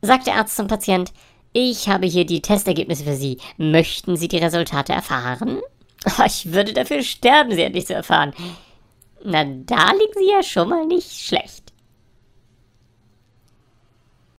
sagt der Arzt zum Patient. Ich habe hier die Testergebnisse für Sie. Möchten Sie die Resultate erfahren? Ich würde dafür sterben, sie endlich zu erfahren. Na, da liegen Sie ja schon mal nicht schlecht.